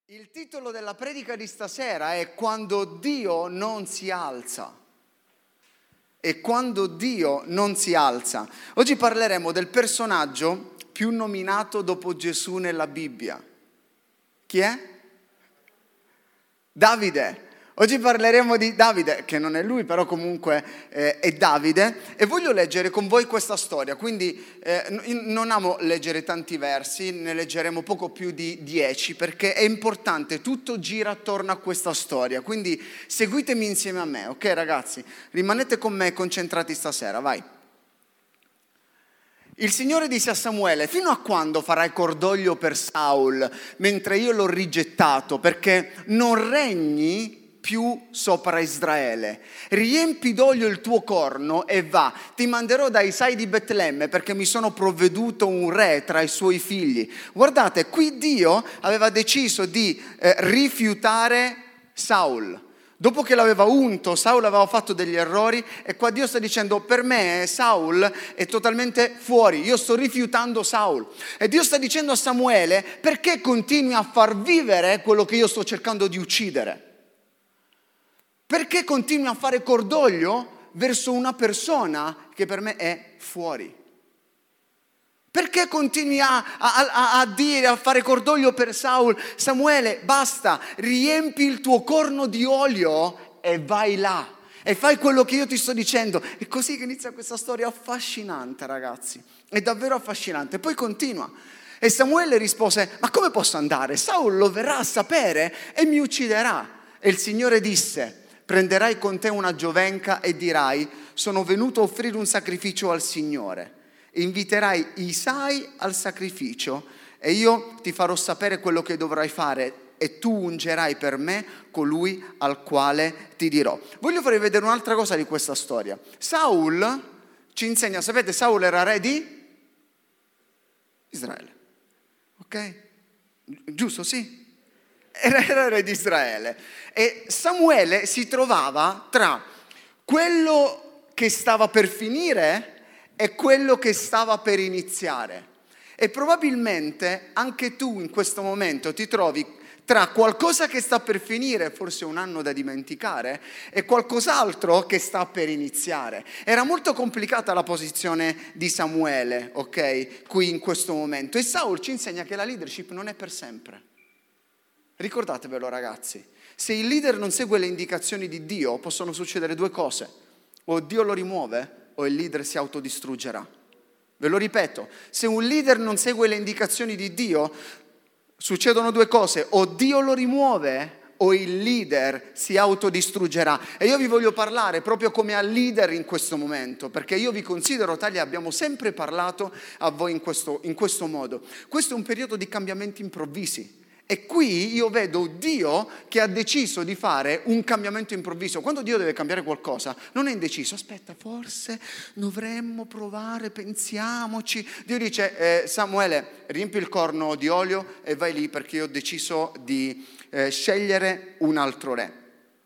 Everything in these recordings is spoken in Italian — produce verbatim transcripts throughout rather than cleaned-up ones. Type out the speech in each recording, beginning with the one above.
Il titolo della predica di stasera è Quando Dio non si alza. E quando Dio non si alza. Oggi parleremo del personaggio più nominato dopo Gesù nella Bibbia. Chi è? Davide. Oggi parleremo di Davide, che non è lui, però comunque eh, è Davide, e voglio leggere con voi questa storia. Quindi eh, non amo leggere tanti versi, ne leggeremo poco più di dieci, perché è importante, tutto gira attorno a questa storia. Quindi seguitemi insieme a me, ok ragazzi? Rimanete con me concentrati stasera, vai. Il Signore disse a Samuele: fino a quando farai cordoglio per Saul, mentre io l'ho rigettato, perché non regni più sopra Israele? Riempi d'olio il tuo corno e va, ti manderò da Isai di Betlemme, perché mi sono provveduto un re tra i suoi figli. Guardate, qui Dio aveva deciso di eh, rifiutare Saul. Dopo che l'aveva unto, Saul aveva fatto degli errori e qua Dio sta dicendo: per me Saul è totalmente fuori, io sto rifiutando Saul. E Dio sta dicendo a Samuele: perché continui a far vivere quello che io sto cercando di uccidere? Perché continui a fare cordoglio verso una persona che per me è fuori? Perché continui a, a, a, a dire, a fare cordoglio per Saul? Samuele, basta, riempi il tuo corno di olio e vai là. E fai quello che io ti sto dicendo. È così che inizia questa storia affascinante, ragazzi. È davvero affascinante. Poi continua. E Samuele rispose: ma come posso andare? Saul lo verrà a sapere e mi ucciderà. E il Signore disse: prenderai con te una giovenca e dirai: sono venuto a offrire un sacrificio al Signore. Inviterai Isai al sacrificio e io ti farò sapere quello che dovrai fare e tu ungerai per me colui al quale ti dirò. Voglio farvi vedere un'altra cosa di questa storia. Saul ci insegna, sapete, Saul era re di Israele, ok? Giusto, sì? Era, era re di Israele. E Samuele si trovava tra quello che stava per finire è quello che stava per iniziare. E probabilmente anche tu in questo momento ti trovi tra qualcosa che sta per finire, forse un anno da dimenticare, e qualcos'altro che sta per iniziare. Era molto complicata la posizione di Samuele, ok, qui in questo momento. E Saul ci insegna che la leadership non è per sempre. Ricordatevelo, ragazzi. Se il leader non segue le indicazioni di Dio, possono succedere due cose. O Dio lo rimuove, o il leader si autodistruggerà. Ve lo ripeto, se un leader non segue le indicazioni di Dio, succedono due cose: o Dio lo rimuove o il leader si autodistruggerà. E io vi voglio parlare proprio come al leader in questo momento, perché io vi considero tali, abbiamo sempre parlato a voi in questo, in questo modo. Questo è un periodo di cambiamenti improvvisi. E qui io vedo Dio che ha deciso di fare un cambiamento improvviso. Quando Dio deve cambiare qualcosa, non è indeciso. Aspetta, forse dovremmo provare, pensiamoci. Dio dice: eh, Samuele, riempi il corno di olio e vai lì, perché io ho deciso di eh, scegliere un altro re.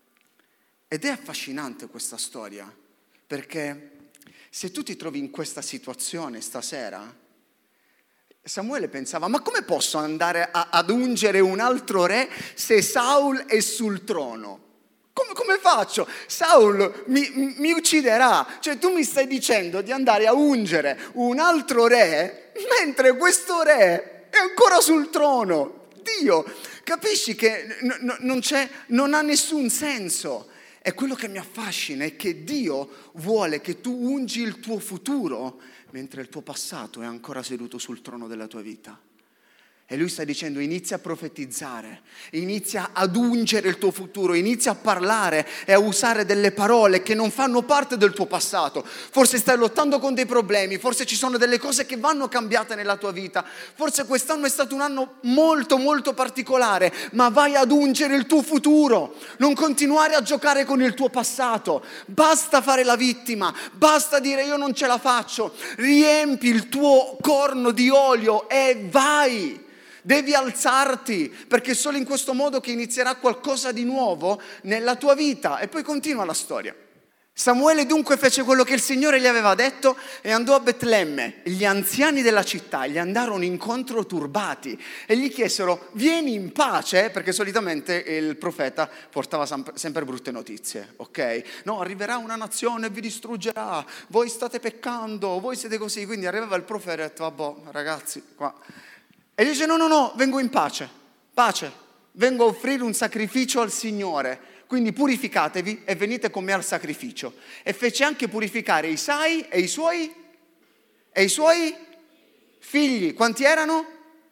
Ed è affascinante questa storia, perché se tu ti trovi in questa situazione stasera, Samuele pensava: ma come posso andare a, ad ungere un altro re se Saul è sul trono? Come, come faccio? Saul mi, mi ucciderà. Cioè tu mi stai dicendo di andare a ungere un altro re mentre questo re è ancora sul trono. Dio, capisci che n- n- non c'è, non ha nessun senso. E quello che mi affascina è che Dio vuole che tu ungi il tuo futuro mentre il tuo passato è ancora seduto sul trono della tua vita. E lui sta dicendo: inizia a profetizzare, inizia ad ungere il tuo futuro, inizia a parlare e a usare delle parole che non fanno parte del tuo passato. Forse stai lottando con dei problemi, forse ci sono delle cose che vanno cambiate nella tua vita, forse quest'anno è stato un anno molto molto particolare, ma vai ad ungere il tuo futuro, non continuare a giocare con il tuo passato. Basta fare la vittima, basta dire io non ce la faccio, riempi il tuo corno di olio e vai. Devi alzarti, perché è solo in questo modo che inizierà qualcosa di nuovo nella tua vita. E poi continua la storia. Samuele dunque fece quello che il Signore gli aveva detto e andò a Betlemme. Gli anziani della città gli andarono incontro turbati e gli chiesero: vieni in pace, perché solitamente il profeta portava sempre brutte notizie, ok? No, arriverà una nazione e vi distruggerà, voi state peccando, voi siete così. Quindi arrivava il profeta e ha detto: vabbè ragazzi, qua. E gli dice: no, no, no, vengo in pace, pace, vengo a offrire un sacrificio al Signore. Quindi purificatevi e venite con me al sacrificio. E fece anche purificare Isai e i suoi, e i suoi figli. Quanti erano?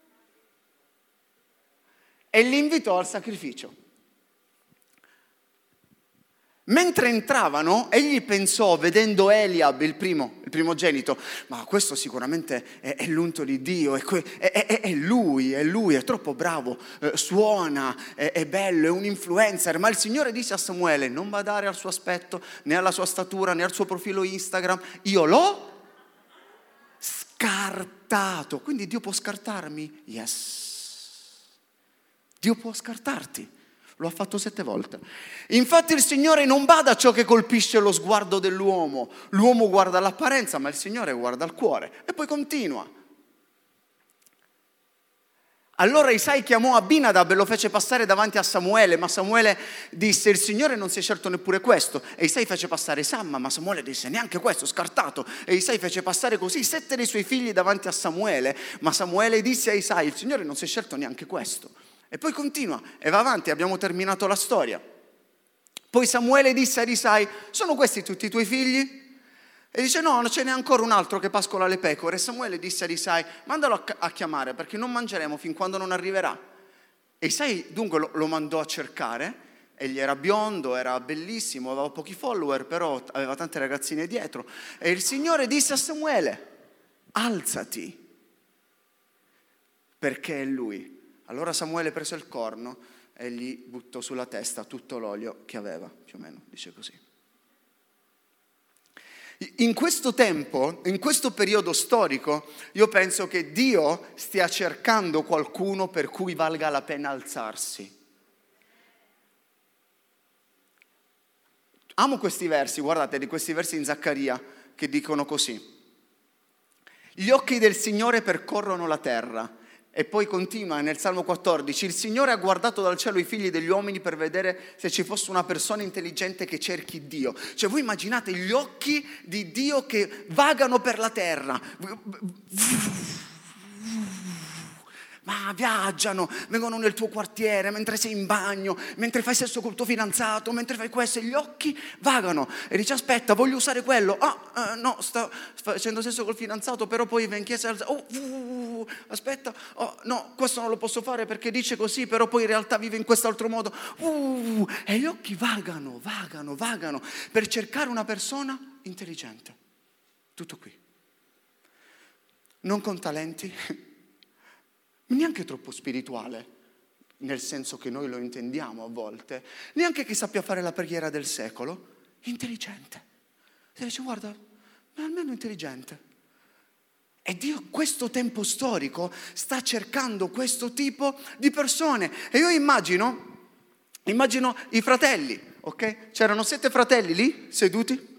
E li invitò al sacrificio. Mentre entravano, egli pensò, vedendo Eliab, il primo, il primogenito, ma questo sicuramente è, è l'unto di Dio, è, è, è, è lui, è lui, è troppo bravo, eh, suona, è, è bello, è un influencer. Ma il Signore disse a Samuele: non badare al suo aspetto, né alla sua statura, né al suo profilo Instagram, io l'ho scartato. Quindi Dio può scartarmi? Yes. Dio può scartarti. Lo ha fatto sette volte. Infatti il Signore non bada a ciò che colpisce lo sguardo dell'uomo. L'uomo guarda l'apparenza, ma il Signore guarda il cuore. E poi continua. Allora Isai chiamò Abinadab e lo fece passare davanti a Samuele, ma Samuele disse: il Signore non si è scelto neppure questo. E Isai fece passare Samma, ma Samuele disse: neanche questo, scartato. E Isai fece passare così sette dei suoi figli davanti a Samuele, ma Samuele disse a Isai: il Signore non si è scelto neanche questo. E poi continua e va avanti, abbiamo terminato la storia. Poi Samuele disse ad Isai: sono questi tutti i tuoi figli? E dice: no, ce n'è ancora un altro che pascola le pecore. E Samuele disse ad Isai: mandalo a, a chiamare, perché non mangeremo fin quando non arriverà. E Isai dunque lo, lo mandò a cercare. Egli era biondo, era bellissimo, aveva pochi follower, però aveva tante ragazzine dietro. E il Signore disse a Samuele: alzati, perché è lui. Allora Samuele prese il corno e gli buttò sulla testa tutto l'olio che aveva, più o meno, dice così. In questo tempo, in questo periodo storico, io penso che Dio stia cercando qualcuno per cui valga la pena alzarsi. Amo questi versi, guardate, di questi versi in Zaccaria che dicono così: gli occhi del Signore percorrono la terra. E poi continua nel Salmo quattordici: il Signore ha guardato dal cielo i figli degli uomini per vedere se ci fosse una persona intelligente che cerchi Dio. Cioè voi immaginate gli occhi di Dio che vagano per la terra, ma viaggiano, vengono nel tuo quartiere, mentre sei in bagno, mentre fai sesso col tuo fidanzato, mentre fai questo, e gli occhi vagano. E dici: aspetta, voglio usare quello. Ah, eh, no, sto facendo sesso col fidanzato, però poi va in chiesa. Oh, uh, uh, aspetta, oh, no, questo non lo posso fare perché dice così, però poi in realtà vive in quest'altro modo. Uh, e gli occhi vagano, vagano, vagano, per cercare una persona intelligente. Tutto qui. Non con talenti, neanche troppo spirituale, nel senso che noi lo intendiamo a volte, neanche che sappia fare la preghiera del secolo, intelligente. E dice: guarda, ma almeno intelligente. E Dio, questo tempo storico, sta cercando questo tipo di persone. E io immagino, immagino i fratelli, ok? C'erano sette fratelli lì, seduti.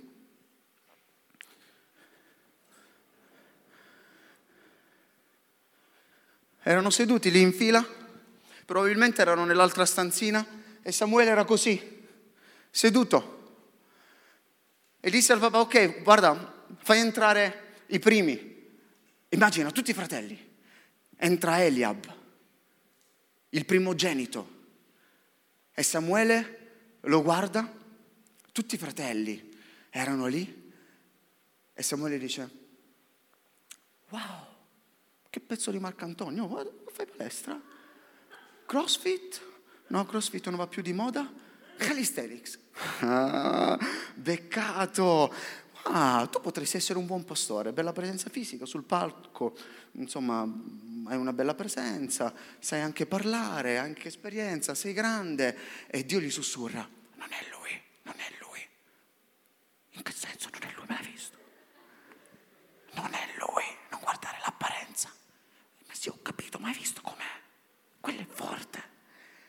Erano seduti lì in fila, probabilmente erano nell'altra stanzina, e Samuele era così, seduto. E disse al papà: ok, guarda, fai entrare i primi. Immagina, tutti i fratelli. Entra Eliab, il primogenito. E Samuele lo guarda, tutti i fratelli erano lì. E Samuele dice: wow, che pezzo di Marcantonio, guarda, fai palestra? CrossFit? No, CrossFit non va più di moda? Calisthenics. Ah, beccato. Ah, tu potresti essere un buon pastore, bella presenza fisica sul palco, insomma, hai una bella presenza, sai anche parlare, hai anche esperienza, sei grande. E Dio gli sussurra: non è lui, non è lui. In che senso non è lui? Me l'hai visto? Non è lui, non guardare l'apparenza. Ma sì, ho capito, ma hai visto com'è? Quello è forte.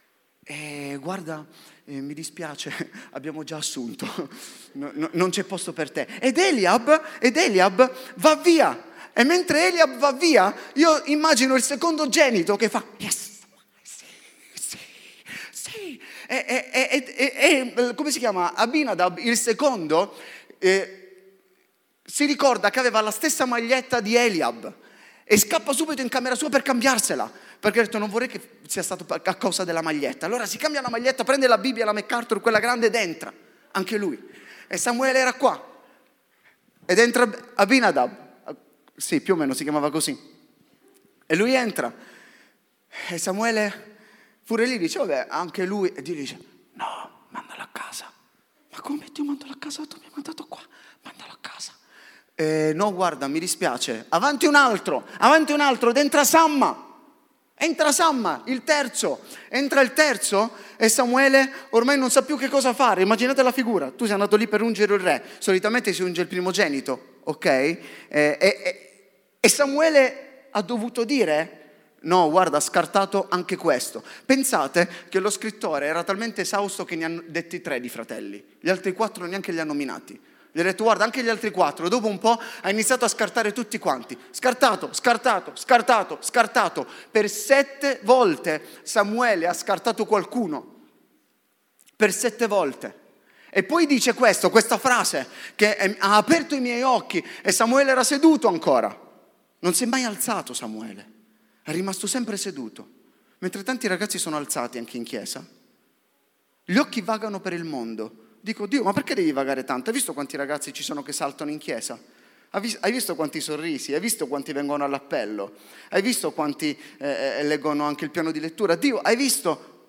eh, guarda, eh, mi dispiace, abbiamo già assunto, no, no, non c'è posto per te. Ed Eliab, ed Eliab va via. E mentre Eliab va via, io immagino il secondogenito che fa, yes, sì, sì, sì. E, e, e, e, e come si chiama? Abinadab, il secondo, eh, si ricorda che aveva la stessa maglietta di Eliab e scappa subito in camera sua per cambiarsela, perché ha detto non vorrei che sia stato a causa della maglietta. Allora si cambia la maglietta, prende la Bibbia, la MacArthur, quella grande, ed entra, anche lui. E Samuele era qua, ed entra Abinadab. Sì, più o meno si chiamava così. E lui entra. E Samuele pure lì dice, vabbè, anche lui. E Dio dice, no, mandalo a casa. Ma come Dio mandalo a casa? Tu mi hai mandato qua, mandalo a casa. E no, guarda, mi dispiace. Avanti un altro, avanti un altro, ed entra Samma. Entra Samma, il terzo. Entra il terzo e Samuele ormai non sa più che cosa fare. Immaginate la figura. Tu sei andato lì per ungere il re. Solitamente si unge il primogenito, ok? E, e, e Samuele ha dovuto dire, no, guarda, ha scartato anche questo. Pensate che lo scrittore era talmente esausto che ne ha detti tre di fratelli. Gli altri quattro neanche li ha nominati. Gli ha detto, guarda, anche gli altri quattro. Dopo un po' ha iniziato a scartare tutti quanti. Scartato, scartato, scartato, scartato. Per sette volte Samuele ha scartato qualcuno. Per sette volte. E poi dice questo, questa frase, che ha aperto i miei occhi, e Samuele era seduto ancora. Non si è mai alzato Samuele. È rimasto sempre seduto. Mentre tanti ragazzi sono alzati anche in chiesa. Gli occhi vagano per il mondo. Dico, Dio, ma perché devi vagare tanto? Hai visto quanti ragazzi ci sono che saltano in chiesa? Hai visto quanti sorrisi? Hai visto quanti vengono all'appello? Hai visto quanti eh, leggono anche il piano di lettura? Dio, hai visto?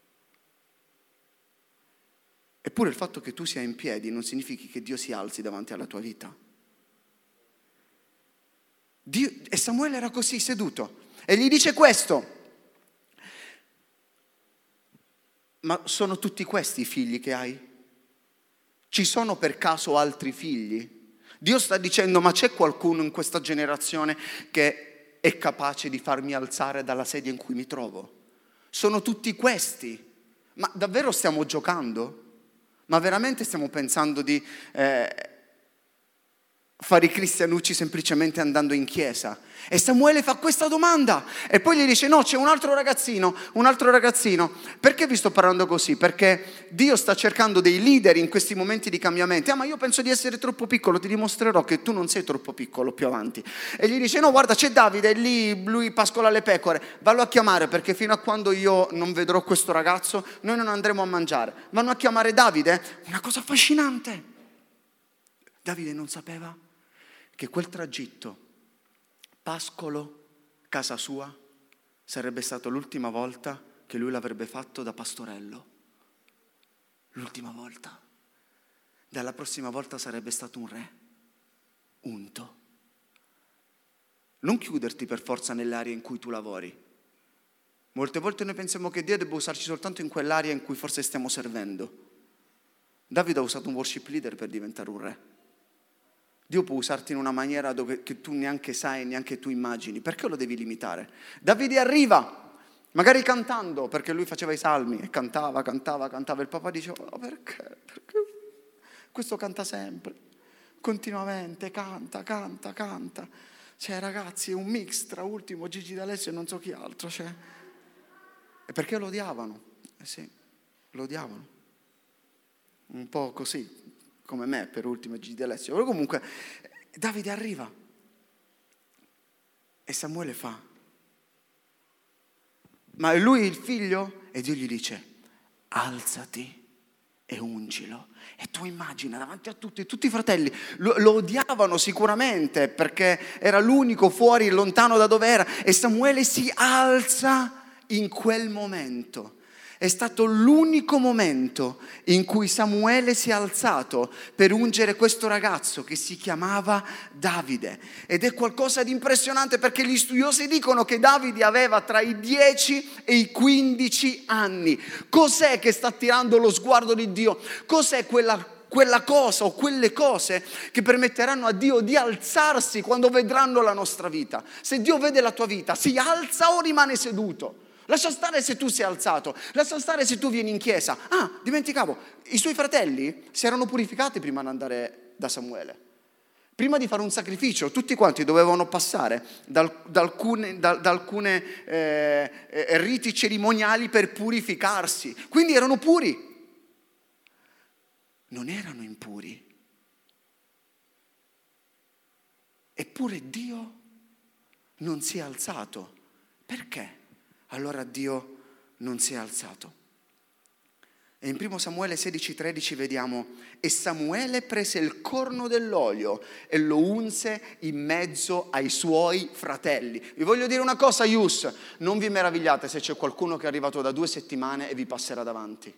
Eppure il fatto che tu sia in piedi non significa che Dio si alzi davanti alla tua vita. Dio, e Samuele era così seduto e gli dice questo. Ma sono tutti questi i figli che hai? Ci sono per caso altri figli? Dio sta dicendo, ma c'è qualcuno in questa generazione che è capace di farmi alzare dalla sedia in cui mi trovo? Sono tutti questi? Ma davvero stiamo giocando? Ma veramente stiamo pensando di eh, fare i cristianucci semplicemente andando in chiesa? E Samuele fa questa domanda e poi gli dice, no, c'è un altro ragazzino, un altro ragazzino. Perché vi sto parlando così? Perché Dio sta cercando dei leader in questi momenti di cambiamenti. Ah, ma io penso di essere troppo piccolo, ti dimostrerò che tu non sei troppo piccolo più avanti. E gli dice, no, guarda, c'è Davide, lì lui pascola le pecore, vallo a chiamare, perché fino a quando io non vedrò questo ragazzo noi non andremo a mangiare. Vanno a chiamare Davide, una cosa affascinante. Davide non sapeva che quel tragitto pascolo, casa sua, sarebbe stato l'ultima volta che lui l'avrebbe fatto da pastorello. L'ultima volta. Dalla prossima volta sarebbe stato un re, unto. Non chiuderti per forza nell'area in cui tu lavori. Molte volte noi pensiamo che Dio debba usarci soltanto in quell'area in cui forse stiamo servendo. Davide ha usato un worship leader per diventare un re. Dio può usarti in una maniera dove, che tu neanche sai, neanche tu immagini. Perché lo devi limitare? Davide arriva, magari cantando, perché lui faceva i salmi e cantava, cantava, cantava. Il papà diceva, oh, perché? Perché? Questo canta sempre, continuamente, canta, canta, canta. Cioè ragazzi, è un mix tra ultimo Gigi D'Alessio e non so chi altro. Cioè. E perché lo odiavano? Eh sì, lo odiavano. Un po' così. Come me per ultimo Gigi D'Alessio. Però comunque Davide arriva e Samuele fa, ma è lui il figlio? E Dio gli dice, alzati e ungilo. E tu immagina davanti a tutti, tutti i fratelli lo, lo odiavano sicuramente perché era l'unico fuori, lontano da dove era, e Samuele si alza in quel momento. È stato l'unico momento in cui Samuele si è alzato per ungere questo ragazzo che si chiamava Davide. Ed è qualcosa di impressionante perché gli studiosi dicono che Davide aveva tra i dieci e i quindici anni. Cos'è che sta attirando lo sguardo di Dio? Cos'è quella, quella cosa o quelle cose che permetteranno a Dio di alzarsi quando vedranno la nostra vita? Se Dio vede la tua vita, si alza o rimane seduto? Lascia stare se tu sei alzato, lascia stare se tu vieni in chiesa. Ah, dimenticavo, i suoi fratelli si erano purificati prima di andare da Samuele. Prima di fare un sacrificio, tutti quanti dovevano passare da, da alcune, da, da alcune eh, eh, riti cerimoniali per purificarsi. Quindi erano puri. Non erano impuri. Eppure Dio non si è alzato. Perché? Allora Dio non si è alzato. E in primo Samuele sedici tredici vediamo: e Samuele prese il corno dell'olio e lo unse in mezzo ai suoi fratelli. Vi voglio dire una cosa, Ius, non vi meravigliate se c'è qualcuno che è arrivato da due settimane e vi passerà davanti.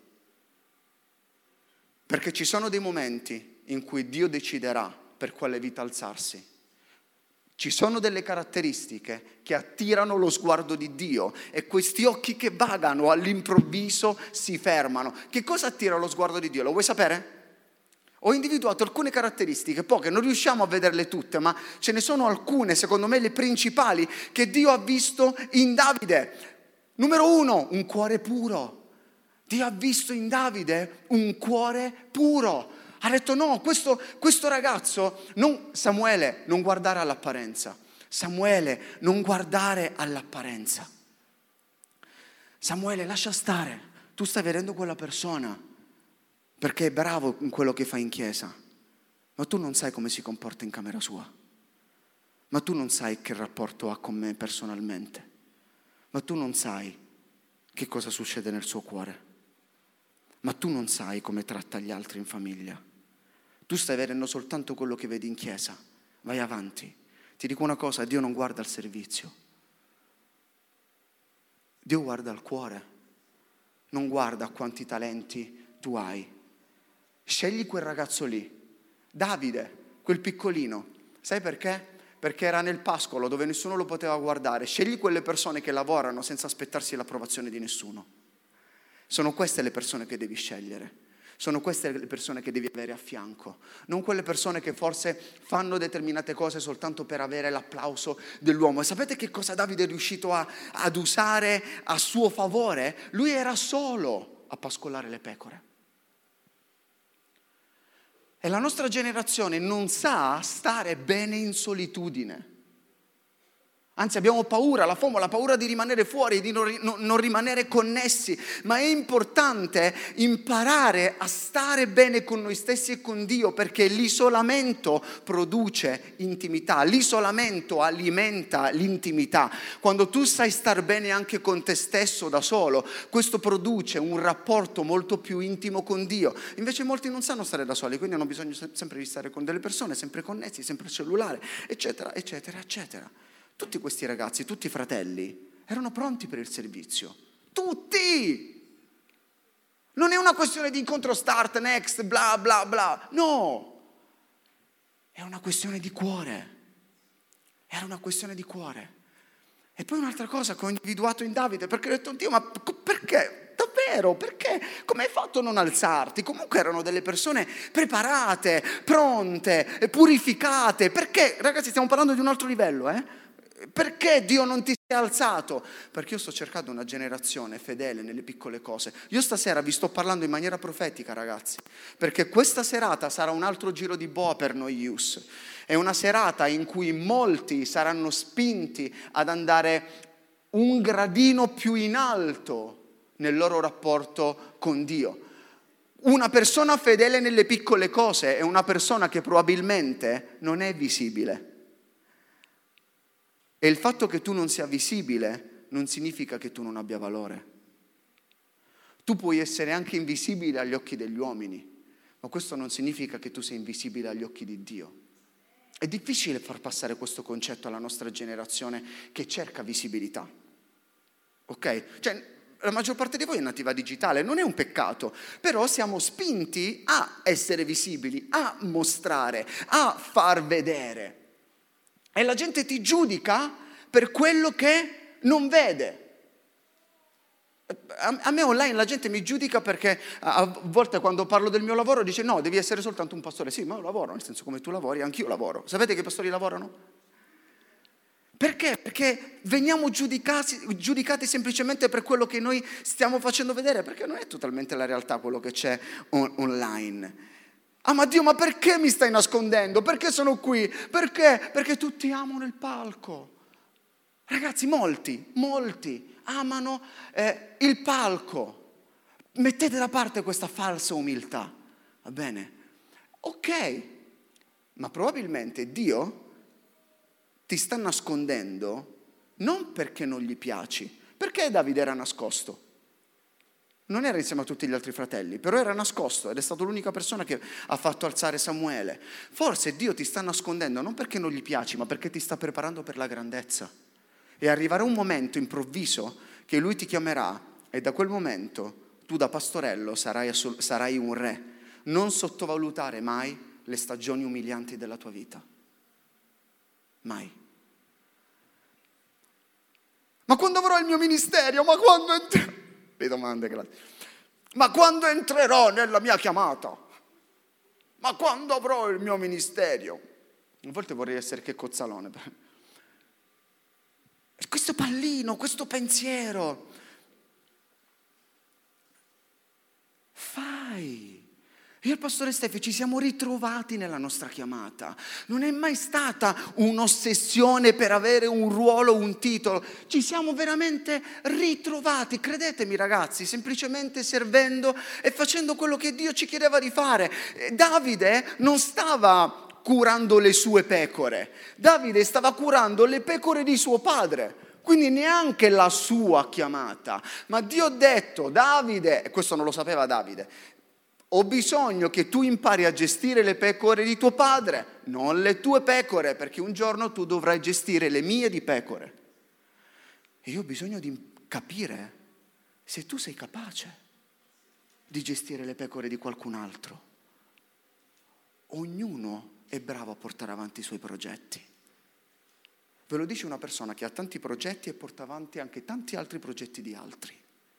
Perché ci sono dei momenti in cui Dio deciderà per quale vita alzarsi. Ci sono delle caratteristiche che attirano lo sguardo di Dio e questi occhi che vagano all'improvviso si fermano. Che cosa attira lo sguardo di Dio? Lo vuoi sapere? Ho individuato alcune caratteristiche, poche, non riusciamo a vederle tutte, ma ce ne sono alcune, secondo me le principali, che Dio ha visto in Davide. Numero uno, un cuore puro. Dio ha visto in Davide un cuore puro. Ha detto no, questo, questo ragazzo, non, Samuele, non guardare all'apparenza. Samuele, non guardare all'apparenza. Samuele, lascia stare. Tu stai vedendo quella persona perché è bravo in quello che fa in chiesa, ma tu non sai come si comporta in camera sua. Ma tu non sai che rapporto ha con me personalmente. Ma tu non sai che cosa succede nel suo cuore. Ma tu non sai come tratta gli altri in famiglia. Tu stai vedendo soltanto quello che vedi in chiesa. Vai avanti. Ti dico una cosa, Dio non guarda il servizio. Dio guarda il cuore. Non guarda quanti talenti tu hai. Scegli quel ragazzo lì. Davide, quel piccolino. Sai perché? Perché era nel pascolo dove nessuno lo poteva guardare. Scegli quelle persone che lavorano senza aspettarsi l'approvazione di nessuno. Sono queste le persone che devi scegliere. Sono queste le persone che devi avere a fianco, non quelle persone che forse fanno determinate cose soltanto per avere l'applauso dell'uomo. E sapete che cosa Davide è riuscito a, ad usare a suo favore? Lui era solo a pascolare le pecore. E la nostra generazione non sa stare bene in solitudine. Anzi, abbiamo paura, la FOMO, la paura di rimanere fuori, di non, non, non rimanere connessi. Ma è importante imparare a stare bene con noi stessi e con Dio, perché l'isolamento produce intimità, l'isolamento alimenta l'intimità. Quando tu sai star bene anche con te stesso da solo, questo produce un rapporto molto più intimo con Dio. Invece molti non sanno stare da soli, quindi hanno bisogno sempre di stare con delle persone, sempre connessi, sempre al cellulare, eccetera, eccetera, eccetera. Tutti questi ragazzi, tutti i fratelli, erano pronti per il servizio. Tutti! Non è una questione di incontro start, next, bla bla bla. No! È una questione di cuore. Era una questione di cuore. E poi un'altra cosa che ho individuato in Davide, perché ho detto, Dio, ma perché? Davvero? Perché? Come hai fatto a non alzarti? Comunque erano delle persone preparate, pronte, purificate. Perché? Ragazzi, stiamo parlando di un altro livello, eh? Perché Dio non ti sei alzato? Perché io sto cercando una generazione fedele nelle piccole cose. Io stasera vi sto parlando in maniera profetica, ragazzi, perché questa serata sarà un altro giro di boa per noi Ius. È una serata in cui molti saranno spinti ad andare un gradino più in alto nel loro rapporto con Dio. Una persona fedele nelle piccole cose è una persona che probabilmente non è visibile. E il fatto che tu non sia visibile non significa che tu non abbia valore. Tu puoi essere anche invisibile agli occhi degli uomini, ma questo non significa che tu sei invisibile agli occhi di Dio. È difficile far passare questo concetto alla nostra generazione che cerca visibilità. Ok? Cioè, la maggior parte di voi è nativa digitale, non è un peccato, però siamo spinti a essere visibili, a mostrare, a far vedere. E la gente ti giudica per quello che non vede. A me online la gente mi giudica perché a volte quando parlo del mio lavoro dice no, devi essere soltanto un pastore. Sì, ma io lavoro, nel senso come tu lavori, anch'io lavoro. Sapete che i pastori lavorano? Perché? Perché veniamo giudicati, giudicati semplicemente per quello che noi stiamo facendo vedere, perché non è totalmente la realtà quello che c'è on- online. Ah, ma Dio, ma perché mi stai nascondendo? Perché sono qui? Perché? Perché tutti amano il palco. Ragazzi, molti, molti amano eh, il palco. Mettete da parte questa falsa umiltà, va bene? Ok, ma probabilmente Dio ti sta nascondendo non perché non gli piaci. Perché Davide era nascosto? Non era insieme a tutti gli altri fratelli, però era nascosto ed è stata l'unica persona che ha fatto alzare Samuele. Forse Dio ti sta nascondendo non perché non gli piaci, ma perché ti sta preparando per la grandezza. E arriverà un momento improvviso che Lui ti chiamerà e da quel momento tu da pastorello sarai, sarai un re. Non sottovalutare mai le stagioni umilianti della tua vita. Mai. Ma quando avrò il mio ministero? Ma quando entrerò? Le domande, grazie. Ma quando entrerò nella mia chiamata? Ma quando avrò il mio ministero? A volte vorrei essere che Cozzalone. Questo pallino, questo pensiero. Fai. Io e il pastore Stefano ci siamo ritrovati nella nostra chiamata. Non è mai stata un'ossessione per avere un ruolo, un titolo. Ci siamo veramente ritrovati, credetemi ragazzi, semplicemente servendo e facendo quello che Dio ci chiedeva di fare. Davide non stava curando le sue pecore. Davide stava curando le pecore di suo padre. Quindi neanche la sua chiamata. Ma Dio ha detto, Davide, e questo non lo sapeva Davide, ho bisogno che tu impari a gestire le pecore di tuo padre, non le tue pecore, perché un giorno tu dovrai gestire le mie di pecore. E io ho bisogno di capire se tu sei capace di gestire le pecore di qualcun altro. Ognuno è bravo a portare avanti i suoi progetti. Ve lo dice una persona che ha tanti progetti e porta avanti anche tanti altri progetti di altri.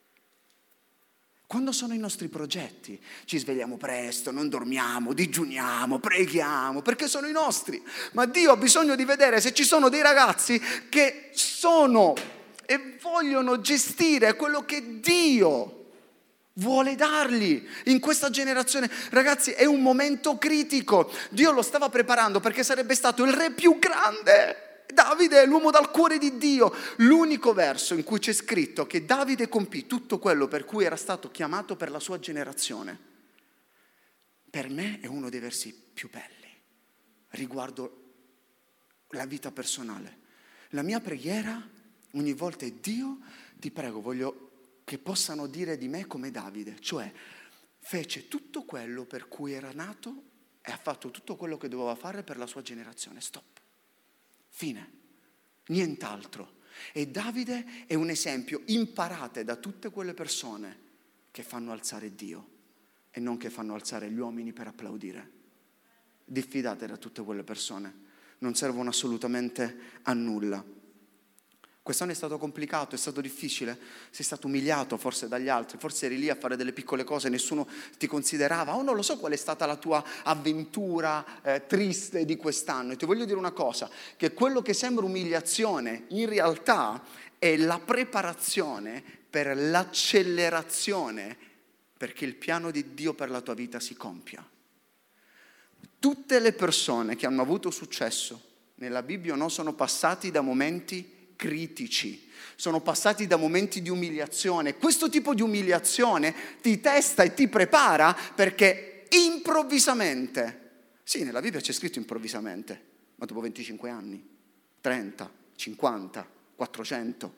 Quando sono i nostri progetti, ci svegliamo presto, non dormiamo, digiuniamo, preghiamo, perché sono i nostri. Ma Dio ha bisogno di vedere se ci sono dei ragazzi che sono e vogliono gestire quello che Dio vuole dargli in questa generazione. Ragazzi, è un momento critico. Dio lo stava preparando perché sarebbe stato il re più grande. Davide è l'uomo dal cuore di Dio. L'unico verso in cui c'è scritto che Davide compì tutto quello per cui era stato chiamato per la sua generazione, per me è uno dei versi più belli riguardo la vita personale. La mia preghiera ogni volta è: Dio, ti prego, voglio che possano dire di me come Davide, cioè fece tutto quello per cui era nato e ha fatto tutto quello che doveva fare per la sua generazione. Stop. Fine, nient'altro. E Davide è un esempio. Imparate da tutte quelle persone che fanno alzare Dio e non che fanno alzare gli uomini per applaudire. Diffidate da tutte quelle persone, non servono assolutamente a nulla. Quest'anno è stato complicato, è stato difficile, sei stato umiliato forse dagli altri, forse eri lì a fare delle piccole cose, nessuno ti considerava, o non lo so qual è stata la tua avventura eh, triste di quest'anno. E ti voglio dire una cosa, che quello che sembra umiliazione in realtà è la preparazione per l'accelerazione perché il piano di Dio per la tua vita si compia. Tutte le persone che hanno avuto successo nella Bibbia non sono passati da momenti critici, sono passati da momenti di umiliazione. Questo tipo di umiliazione ti testa e ti prepara perché improvvisamente, sì, nella Bibbia c'è scritto improvvisamente, ma dopo venticinque anni, trenta, cinquanta, quattrocento.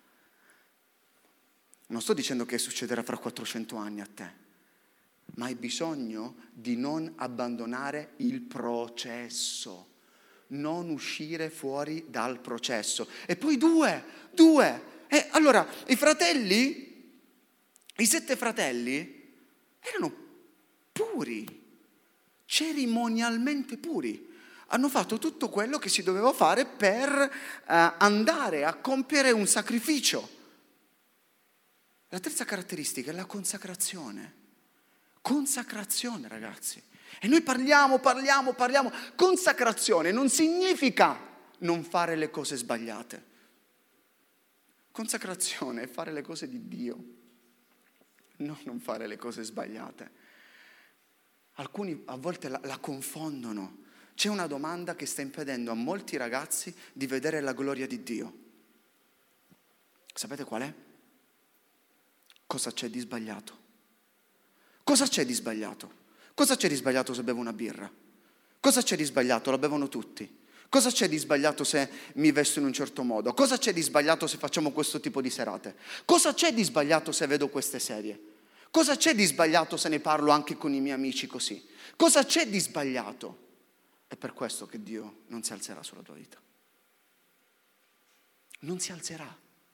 Non sto dicendo che succederà fra quattrocento anni a te, ma hai bisogno di non abbandonare il processo. Non uscire fuori dal processo. E poi due, due. E allora, i fratelli, i sette fratelli, erano puri, cerimonialmente puri. Hanno fatto tutto quello che si doveva fare per uh, andare a compiere un sacrificio. La terza caratteristica è la consacrazione. Consacrazione, ragazzi. E noi parliamo, parliamo, parliamo. Consacrazione non significa non fare le cose sbagliate. Consacrazione è fare le cose di Dio, no, non fare le cose sbagliate. Alcuni a volte la, la confondono. C'è una domanda che sta impedendo a molti ragazzi di vedere la gloria di Dio. Sapete qual è? Cosa c'è di sbagliato? Cosa c'è di sbagliato? Cosa c'è di sbagliato se bevo una birra? Cosa c'è di sbagliato? La bevono tutti. Cosa c'è di sbagliato se mi vesto in un certo modo? Cosa c'è di sbagliato se facciamo questo tipo di serate? Cosa c'è di sbagliato se vedo queste serie? Cosa c'è di sbagliato se ne parlo anche con i miei amici così? Cosa c'è di sbagliato? È per questo che Dio non si alzerà sulla tua vita. Non si alzerà.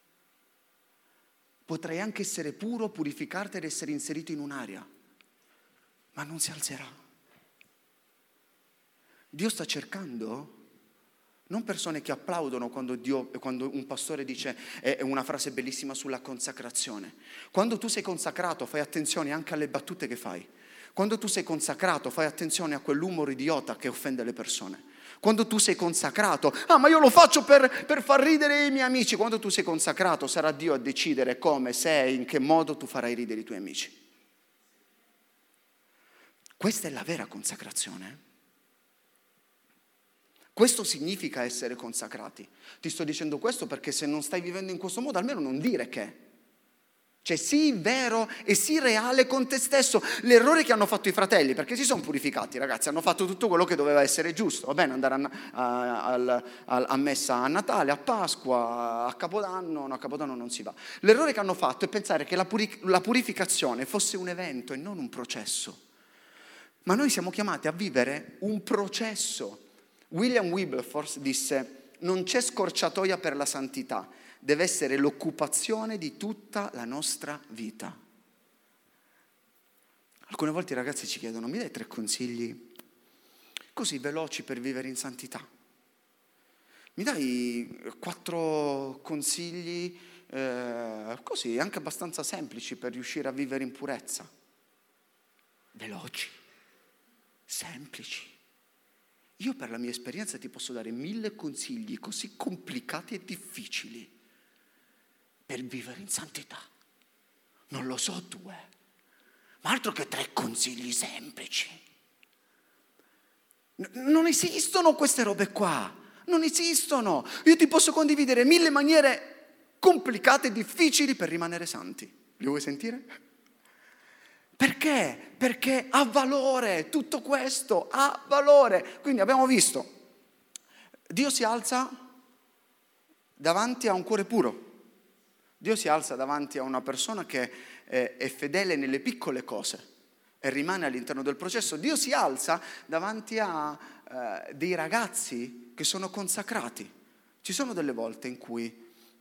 Potrai anche essere puro, purificarti ed essere inserito in un'area, ma non si alzerà. Dio sta cercando non persone che applaudono quando, Dio, quando un pastore dice è una frase bellissima sulla consacrazione. Quando tu sei consacrato fai attenzione anche alle battute che fai. Quando tu sei consacrato fai attenzione a quell'umore idiota che offende le persone. Quando tu sei consacrato, ah ma io lo faccio per, per far ridere i miei amici. Quando tu sei consacrato sarà Dio a decidere come, se e in che modo tu farai ridere i tuoi amici. Questa è la vera consacrazione. Questo significa essere consacrati. Ti sto dicendo questo perché se non stai vivendo in questo modo, almeno non dire che. Cioè sii vero e sii reale con te stesso. L'errore che hanno fatto i fratelli, perché si sono purificati, ragazzi, hanno fatto tutto quello che doveva essere giusto. Va bene, andare a, a, a, a messa a Natale, a Pasqua, a Capodanno. No, a Capodanno non si va. L'errore che hanno fatto è pensare che la, puri, la purificazione fosse un evento e non un processo. Ma noi siamo chiamati a vivere un processo. William Wilberforce disse: non c'è scorciatoia per la santità, deve essere l'occupazione di tutta la nostra vita. Alcune volte i ragazzi ci chiedono: mi dai tre consigli così veloci per vivere in santità? Mi dai quattro consigli eh, così anche abbastanza semplici per riuscire a vivere in purezza? Veloci, semplici. Io per la mia esperienza ti posso dare mille consigli così complicati e difficili per vivere in santità. Non lo so tu, eh. Ma altro che tre consigli semplici. N- non esistono queste robe qua. Non esistono. Io ti posso condividere mille maniere complicate e difficili per rimanere santi. Li vuoi sentire? Perché? Perché ha valore, tutto questo ha valore. Quindi abbiamo visto, Dio si alza davanti a un cuore puro. Dio si alza davanti a una persona che è, è fedele nelle piccole cose e rimane all'interno del processo. Dio si alza davanti a eh, dei ragazzi che sono consacrati. Ci sono delle volte in cui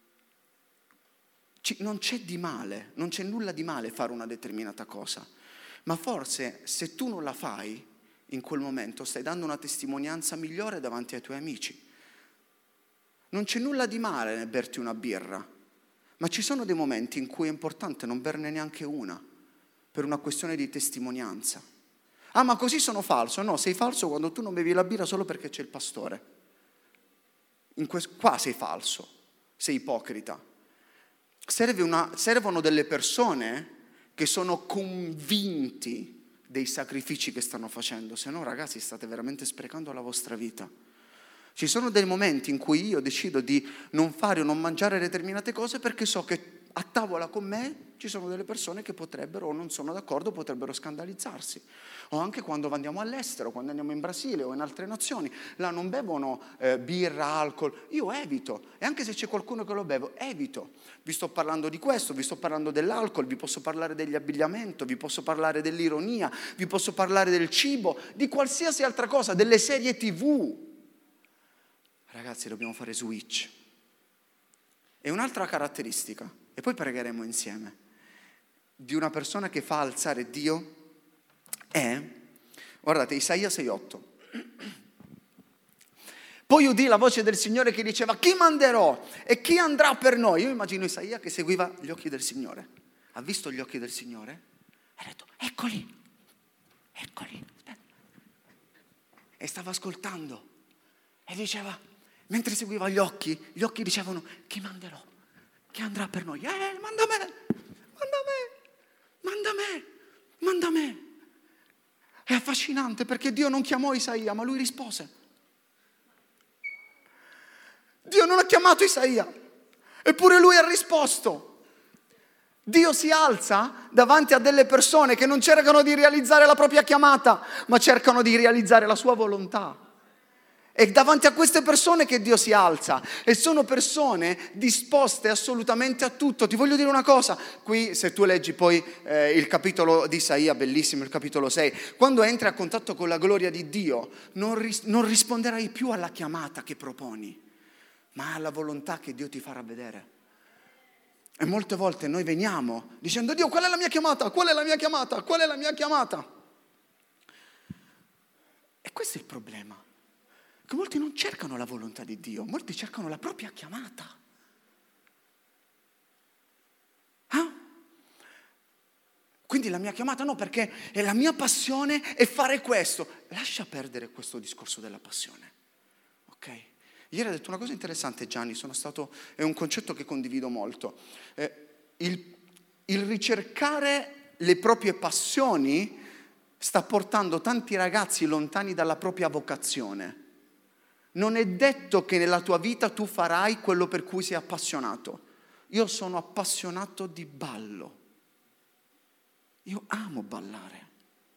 non c'è di male, non c'è nulla di male fare una determinata cosa, ma forse se tu non la fai in quel momento stai dando una testimonianza migliore davanti ai tuoi amici. Non c'è nulla di male nel berti una birra, ma ci sono dei momenti in cui è importante non berne neanche una, per una questione di testimonianza. Ah, ma così sono falso? No, sei falso quando tu non bevi la birra solo perché c'è il pastore. In questo, qua sei falso, sei ipocrita. Serve una, servono delle persone che sono convinti dei sacrifici che stanno facendo, se no ragazzi state veramente sprecando la vostra vita. Ci sono dei momenti in cui io decido di non fare o non mangiare determinate cose perché so che a tavola con me ci sono delle persone che potrebbero o non sono d'accordo, potrebbero scandalizzarsi. O anche quando andiamo all'estero, quando andiamo in Brasile o in altre nazioni, là non bevono eh, birra, alcol, io evito. E anche se c'è qualcuno che lo beve, evito. Vi sto parlando di questo, vi sto parlando dell'alcol, vi posso parlare degli abbigliamento, vi posso parlare dell'ironia, vi posso parlare del cibo, di qualsiasi altra cosa, delle serie tivù. Ragazzi, dobbiamo fare switch. E un'altra caratteristica, e poi pregheremo insieme, di una persona che fa alzare Dio è, guardate, Isaia sei otto. Poi udì la voce del Signore che diceva: chi manderò e chi andrà per noi? Io immagino Isaia che seguiva gli occhi del Signore. Ha visto gli occhi del Signore e ha detto: eccoli, eccoli. Aspetta. E stava ascoltando e diceva: Mentre seguiva gli occhi, gli occhi dicevano: chi manderò? Chi andrà per noi? Eh, manda me, manda me, manda me, manda me. È affascinante perché Dio non chiamò Isaia, ma lui rispose. Dio non ha chiamato Isaia, eppure lui ha risposto. Dio si alza davanti a delle persone che non cercano di realizzare la propria chiamata, ma cercano di realizzare la sua volontà. È davanti a queste persone che Dio si alza, e sono persone disposte assolutamente a tutto. Ti voglio dire una cosa, qui se tu leggi poi eh, il capitolo di Isaia, bellissimo, il capitolo sei, quando entri a contatto con la gloria di Dio, non, ris- non risponderai più alla chiamata che proponi, ma alla volontà che Dio ti farà vedere. E molte volte noi veniamo dicendo: Dio, qual è la mia chiamata? Qual è la mia chiamata? Qual è la mia chiamata? E questo è il problema, che molti non cercano la volontà di Dio, molti cercano la propria chiamata. Ah? Quindi la mia chiamata no, perché è la mia passione è fare questo. Lascia perdere questo discorso della passione, ok? Ieri ha detto una cosa interessante Gianni, sono stato, è un concetto che condivido molto. Eh, il, il ricercare le proprie passioni sta portando tanti ragazzi lontani dalla propria vocazione. Non è detto che nella tua vita tu farai quello per cui sei appassionato. Io sono appassionato di ballo. Io amo ballare.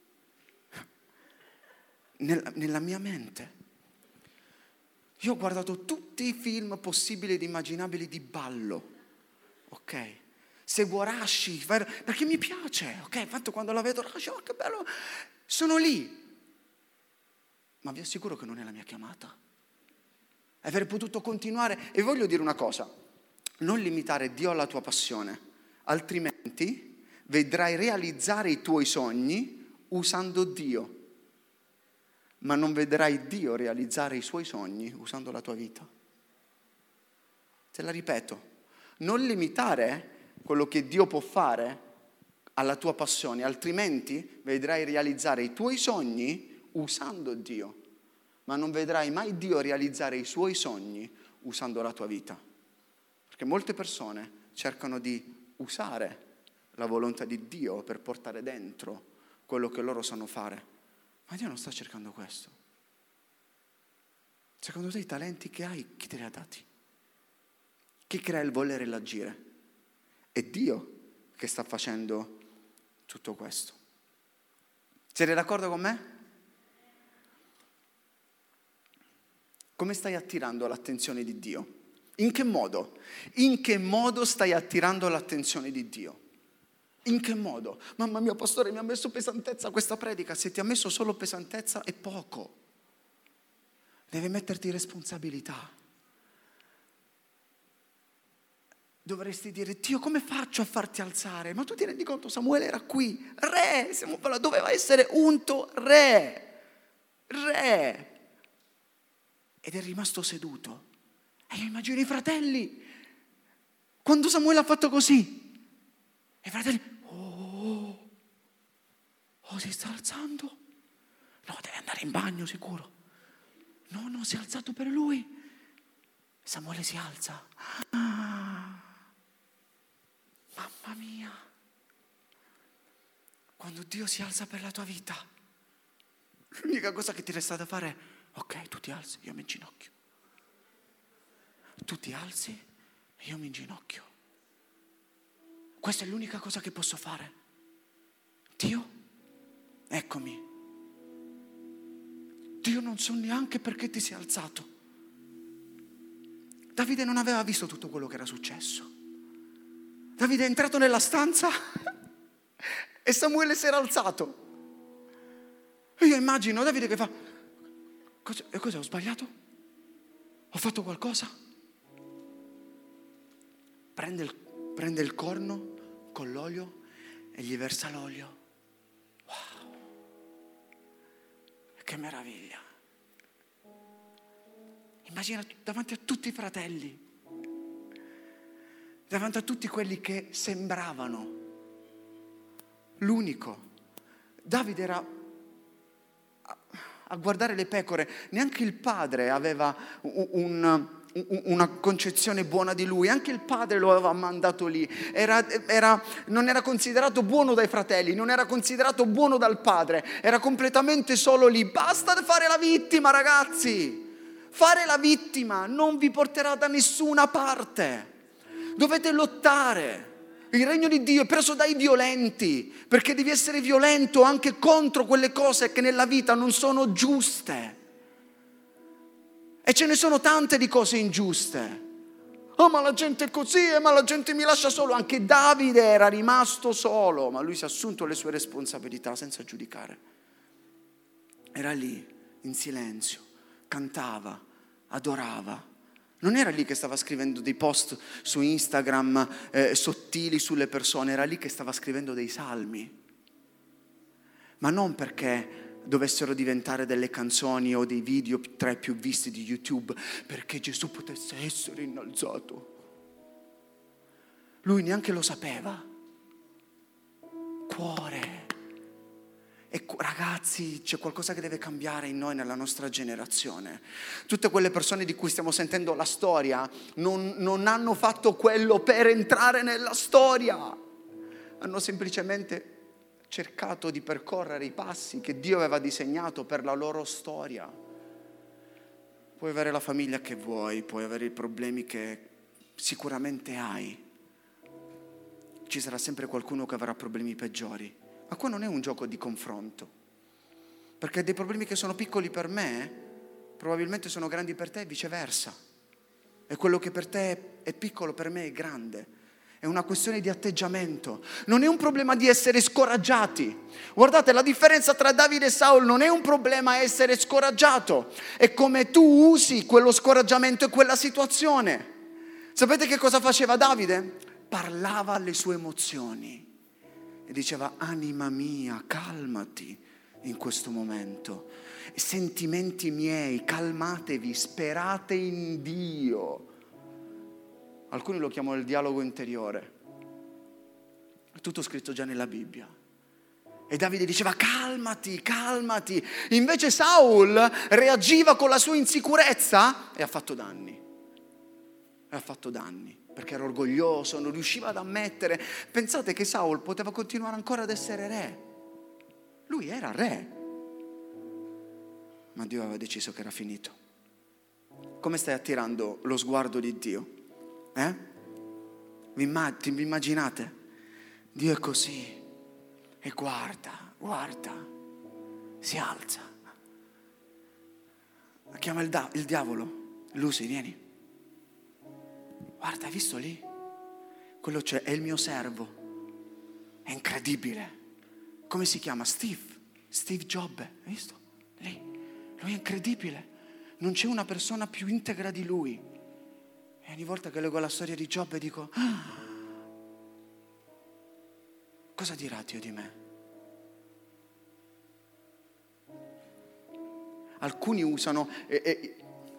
Nella, nella mia mente. Io ho guardato tutti i film possibili ed immaginabili di ballo, ok? Seguo Rashi, perché mi piace, ok? Infatti quando la vedo, Rashi, oh che bello, sono lì. Ma vi assicuro che non è la mia chiamata. Avrei potuto continuare, e voglio dire una cosa, non limitare Dio alla tua passione, altrimenti vedrai realizzare i tuoi sogni usando Dio. Ma non vedrai Dio realizzare i suoi sogni usando la tua vita. Te la ripeto, non limitare quello che Dio può fare alla tua passione, altrimenti vedrai realizzare i tuoi sogni usando Dio, ma non vedrai mai Dio realizzare i suoi sogni usando la tua vita. Perché molte persone cercano di usare la volontà di Dio per portare dentro quello che loro sanno fare. Ma Dio non sta cercando questo. Secondo te i talenti che hai, chi te li ha dati? Chi crea il volere e l'agire? È Dio che sta facendo tutto questo. Siete d'accordo con me? Come stai attirando l'attenzione di Dio? In che modo? In che modo stai attirando l'attenzione di Dio? In che modo? Mamma mia, pastore, mi ha messo pesantezza questa predica. Se ti ha messo solo pesantezza è poco. Devi metterti responsabilità. Dovresti dire: Dio, come faccio a farti alzare? Ma tu ti rendi conto, Samuele era qui, re, siamo, doveva essere unto re, re. Ed è rimasto seduto. E io immagino i fratelli, quando Samuele ha fatto così, i fratelli: oh, oh, si sta alzando? No, deve andare in bagno sicuro. No, no, si è alzato per lui. Samuele si alza. Ah, mamma mia. Quando Dio si alza per la tua vita, l'unica cosa che ti resta da fare è: ok, tu ti alzi, io mi inginocchio. Tu ti alzi e io mi inginocchio. Questa è l'unica cosa che posso fare. Dio, eccomi. Dio, non so neanche perché ti sei alzato. Davide non aveva visto tutto quello che era successo. Davide è entrato nella stanza e Samuele si era alzato. E io immagino Davide che fa: cosa, e cosa ho sbagliato? Ho fatto qualcosa? Prende il, prende il corno con l'olio e gli versa l'olio. Wow, che meraviglia. Immagina davanti a tutti i fratelli, davanti a tutti quelli che sembravano l'unico. Davide era a guardare le pecore. Neanche il padre aveva un, un una concezione buona di lui, anche il padre lo aveva mandato lì, era, era, non era considerato buono dai fratelli, non era considerato buono dal padre, era completamente solo lì. Basta fare la vittima, ragazzi, fare la vittima non vi porterà da nessuna parte, dovete lottare. Il regno di Dio è preso dai violenti, perché devi essere violento anche contro quelle cose che nella vita non sono giuste. E ce ne sono tante di cose ingiuste. Oh, ma la gente è così, eh, ma la gente mi lascia solo. Anche Davide era rimasto solo, ma lui si è assunto le sue responsabilità senza giudicare. Era lì, in silenzio, cantava, adorava. Non era lì che stava scrivendo dei post su Instagram eh, sottili sulle persone, era lì che stava scrivendo dei salmi. Ma non perché dovessero diventare delle canzoni o dei video tra i più visti di YouTube, perché Gesù potesse essere innalzato. Lui neanche lo sapeva. Cuore. E ragazzi, c'è qualcosa che deve cambiare in noi, nella nostra generazione. Tutte quelle persone di cui stiamo sentendo la storia non, non hanno fatto quello per entrare nella storia. Hanno semplicemente cercato di percorrere i passi che Dio aveva disegnato per la loro storia. Puoi avere la famiglia che vuoi, puoi avere i problemi che sicuramente hai. Ci sarà sempre qualcuno che avrà problemi peggiori. Ma qua non è un gioco di confronto. Perché dei problemi che sono piccoli per me, probabilmente sono grandi per te e viceversa. E quello che per te è piccolo per me è grande. È una questione di atteggiamento. Non è un problema di essere scoraggiati. Guardate, la differenza tra Davide e Saul non è un problema essere scoraggiato. È come tu usi quello scoraggiamento e quella situazione. Sapete che cosa faceva Davide? Parlava alle sue emozioni e diceva: anima mia, calmati in questo momento. Sentimenti miei, calmatevi, sperate in Dio. Alcuni lo chiamano il dialogo interiore. È tutto scritto già nella Bibbia. E Davide diceva: calmati, calmati. Invece Saul reagiva con la sua insicurezza e ha fatto danni. E ha fatto danni perché era orgoglioso, non riusciva ad ammettere. Pensate che Saul poteva continuare ancora ad essere re. Lui era re. Ma Dio aveva deciso che era finito. Come stai attirando lo sguardo di Dio? Eh? Vi, immag- vi immaginate? Dio è così e guarda, guarda, si alza, chiama il, da- il diavolo. Lucy, vieni, guarda, hai visto lì? Quello c'è, è il mio servo, è incredibile. Come si chiama? Steve, Steve Jobs, hai visto? Lì, lui è incredibile, non c'è una persona più integra di lui. E ogni volta che leggo la storia di Giobbe dico: ah, cosa dirà Dio di me? Alcuni usano eh, eh,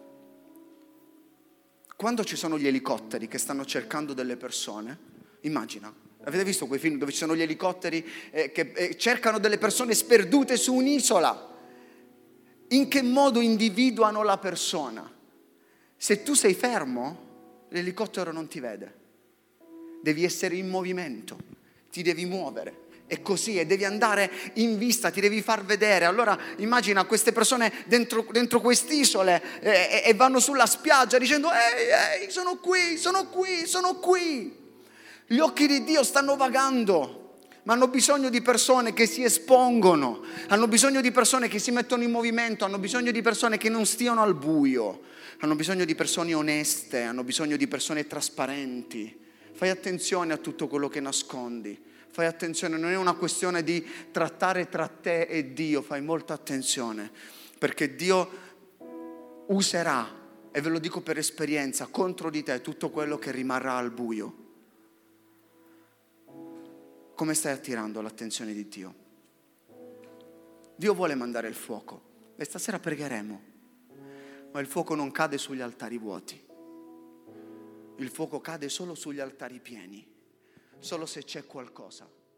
quando ci sono gli elicotteri che stanno cercando delle persone, immagina, avete visto quei film dove ci sono gli elicotteri eh, che eh, cercano delle persone sperdute su un'isola? In che modo individuano la persona? Se tu sei fermo, l'elicottero non ti vede, devi essere in movimento, ti devi muovere, è così, e devi andare in vista, ti devi far vedere. Allora immagina queste persone dentro, dentro quest'isole eh, e vanno sulla spiaggia dicendo: ehi, ehi, sono qui, sono qui, sono qui. Gli occhi di Dio stanno vagando, ma hanno bisogno di persone che si espongono, hanno bisogno di persone che si mettono in movimento, hanno bisogno di persone che non stiano al buio, hanno bisogno di persone oneste, hanno bisogno di persone trasparenti. Fai attenzione a tutto quello che nascondi, fai attenzione, non è una questione di trattare tra te e Dio, fai molta attenzione, perché Dio userà, e ve lo dico per esperienza, contro di te tutto quello che rimarrà al buio. Come stai attirando l'attenzione di Dio? Dio vuole mandare il fuoco e stasera pregheremo, ma il fuoco non cade sugli altari vuoti, il fuoco cade solo sugli altari pieni, solo se c'è qualcosa.